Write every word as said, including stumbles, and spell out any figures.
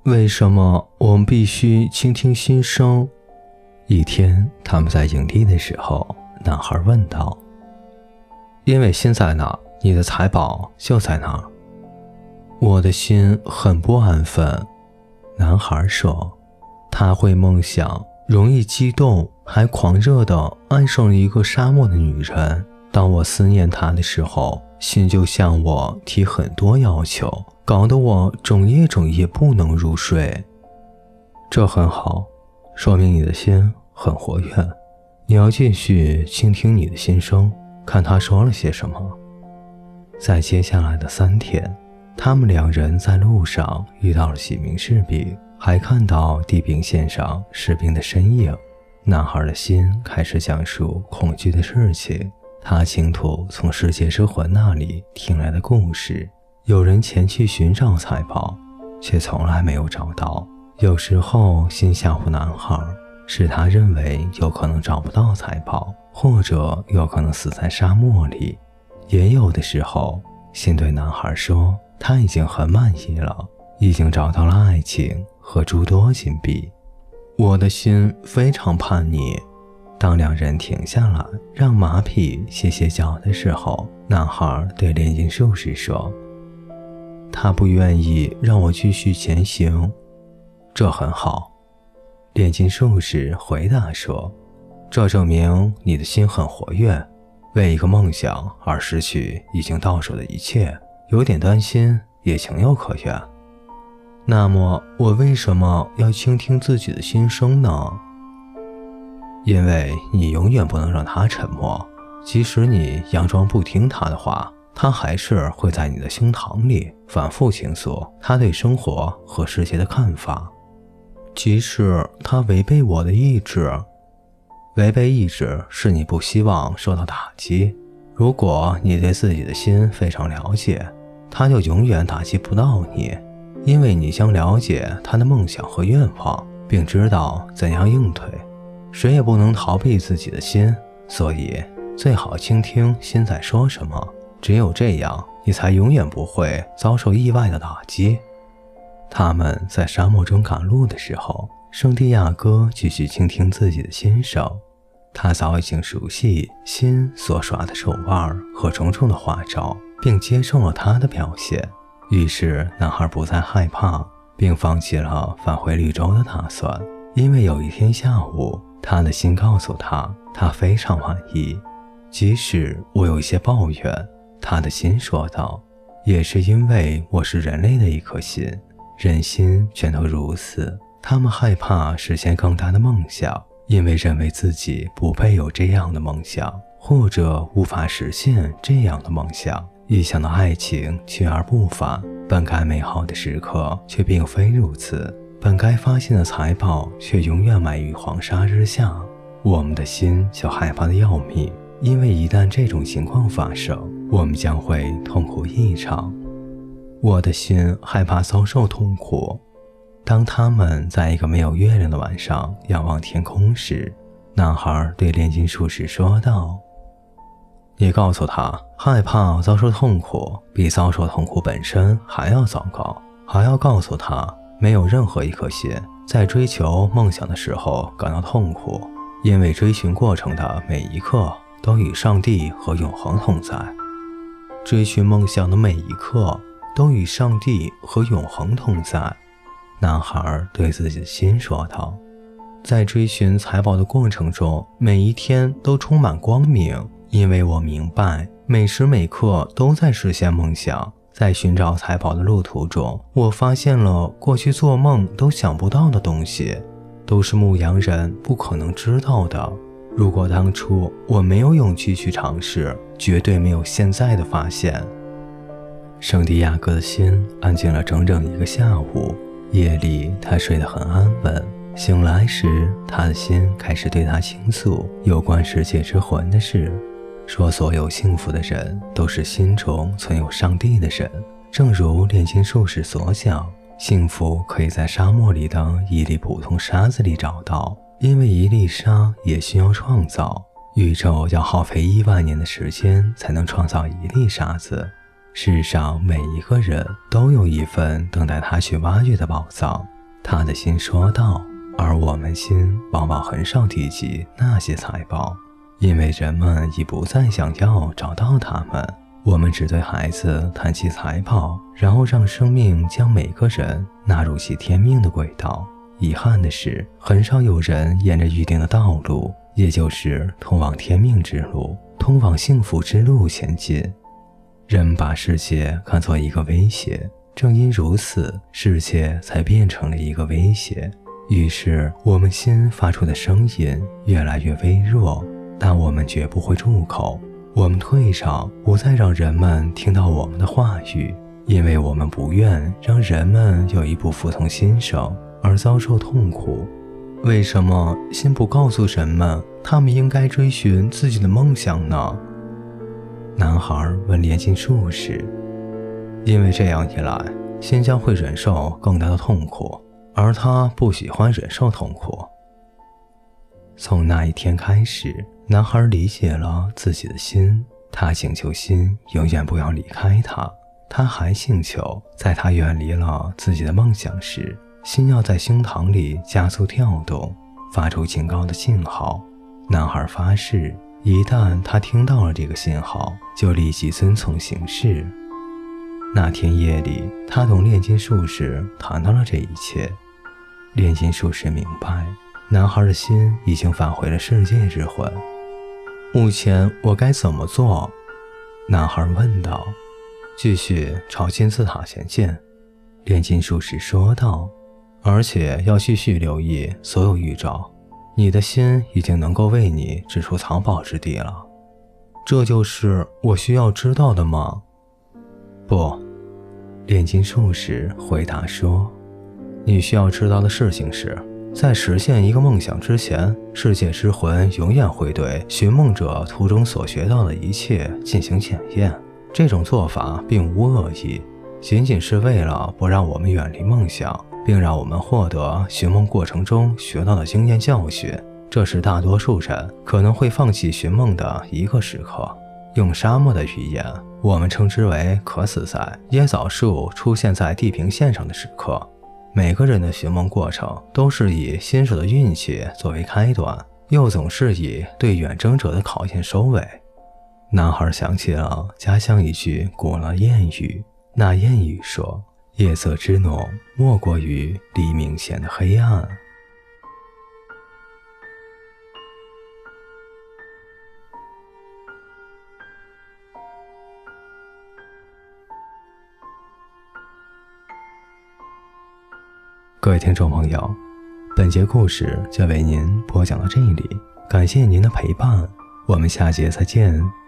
为什么我们必须倾听心声？一天，他们在营地的时候，男孩问道。因为心在哪，你的财宝就在哪儿。我的心很不安分，男孩说，他会梦想，容易激动，还狂热地爱上了一个沙漠的女人。当我思念她的时候，心就向我提很多要求，搞得我整夜整夜不能入睡。这很好，说明你的心很活跃。你要继续倾听你的心声，看他说了些什么。在接下来的三天，他们两人在路上遇到了几名士兵，还看到地平线上士兵的身影。男孩的心开始讲述恐惧的事情，他倾吐从世界之魂那里听来的故事。有人前去寻找财宝，却从来没有找到。有时候心吓唬男孩，是他认为有可能找不到财宝，或者有可能死在沙漠里。也有的时候，心对男孩说，他已经很满意了，已经找到了爱情和诸多金币。我的心非常叛逆。当两人停下来让马匹歇歇脚的时候，男孩对炼金术士说，他不愿意让我继续前行。这很好，炼金术士回答说，这证明你的心很活跃，为一个梦想而失去已经到手的一切，有点担心也情有可原。那么我为什么要倾听自己的心声呢？因为你永远不能让他沉默，即使你佯装不听他的话，他还是会在你的胸膛里反复倾诉他对生活和世界的看法。即使他违背我的意志，违背意志是你不希望受到打击。如果你对自己的心非常了解，他就永远打击不到你，因为你将了解他的梦想和愿望，并知道怎样应对。谁也不能逃避自己的心，所以最好倾听心在说什么，只有这样，你才永远不会遭受意外的打击。他们在沙漠中赶路的时候，圣地亚哥继续倾听自己的心声。他早已经熟悉心所耍的手腕和种种的花招，并接受了他的表现。于是男孩不再害怕，并放弃了返回绿洲的打算，因为有一天下午，他的心告诉他，他非常满意。即使我有一些抱怨，他的心说道，也是因为我是人类的一颗心，人心全都如此。他们害怕实现更大的梦想，因为认为自己不配有这样的梦想，或者无法实现这样的梦想。一想到爱情去而不返，本该美好的时刻却并非如此，本该发现的财宝却永远埋于黄沙之下，我们的心就害怕得要命。因为一旦这种情况发生，我们将会痛苦异常。我的心害怕遭受痛苦。当他们在一个没有月亮的晚上仰望天空时，男孩对炼金术士说道，你告诉他，害怕遭受痛苦比遭受痛苦本身还要糟糕，还要告诉他，没有任何一颗心在追求梦想的时候感到痛苦，因为追寻过程的每一刻都与上帝和永恒同在。追寻梦想的每一刻都与上帝和永恒同在。男孩对自己的心说道，在追寻财宝的过程中，每一天都充满光明，因为我明白每时每刻都在实现梦想。在寻找财宝的路途中，我发现了过去做梦都想不到的东西，都是牧羊人不可能知道的。如果当初我没有勇气去尝试，绝对没有现在的发现。圣地亚哥的心安静了整整一个下午，夜里他睡得很安稳，醒来时他的心开始对他倾诉有关世界之魂的事，说所有幸福的人都是心中存有上帝的人。正如炼金术士所讲，幸福可以在沙漠里的一粒普通沙子里找到，因为一粒沙也需要创造，宇宙要耗费亿万年的时间才能创造一粒沙子。世上每一个人都有一份等待他去挖掘的宝藏， 他的心说道。而我们心往往很少提及那些财宝，因为人们已不再想要找到它们。我们只对孩子谈起财宝，然后让生命将每个人纳入其天命的轨道。遗憾的是，很少有人沿着预定的道路，也就是通往天命之路，通往幸福之路前进。人把世界看作一个威胁，正因如此，世界才变成了一个威胁。于是我们心发出的声音越来越微弱，但我们绝不会住口。我们退让，不再让人们听到我们的话语，因为我们不愿让人们有一不服从心声而遭受痛苦。为什么心不告诉人们他们应该追寻自己的梦想呢？男孩问炼金术士。因为这样一来，心将会忍受更大的痛苦，而他不喜欢忍受痛苦。从那一天开始，男孩理解了自己的心，他请求心永远不要离开他。他还请求，在他远离了自己的梦想时，心要在胸膛里加速跳动，发出警告的信号。男孩发誓，一旦他听到了这个信号，就立即遵从行事。那天夜里，他同炼金术士谈到了这一切。炼金术士明白，男孩的心已经返回了世界之魂。目前我该怎么做？男孩问道。继续朝金字塔前进，炼金术士说道，而且要继续留意所有预兆。你的心已经能够为你指出藏宝之地了。这就是我需要知道的吗？不，炼金术士回答说，你需要知道的事情是，在实现一个梦想之前，世界之魂永远会对寻梦者途中所学到的一切进行检验。这种做法并无恶意，仅仅是为了不让我们远离梦想，并让我们获得寻梦过程中学到的经验教训。这是大多数人可能会放弃寻梦的一个时刻。用沙漠的语言，我们称之为渴死在椰枣树出现在地平线上的时刻。每个人的寻梦过程都是以新手的运气作为开端，又总是以对远征者的考验收尾。男孩想起了家乡一句古老谚语，那谚语说，夜色之浓，莫过于黎明前的黑暗。各位听众朋友，本节故事就为您播讲到这里，感谢您的陪伴，我们下节再见。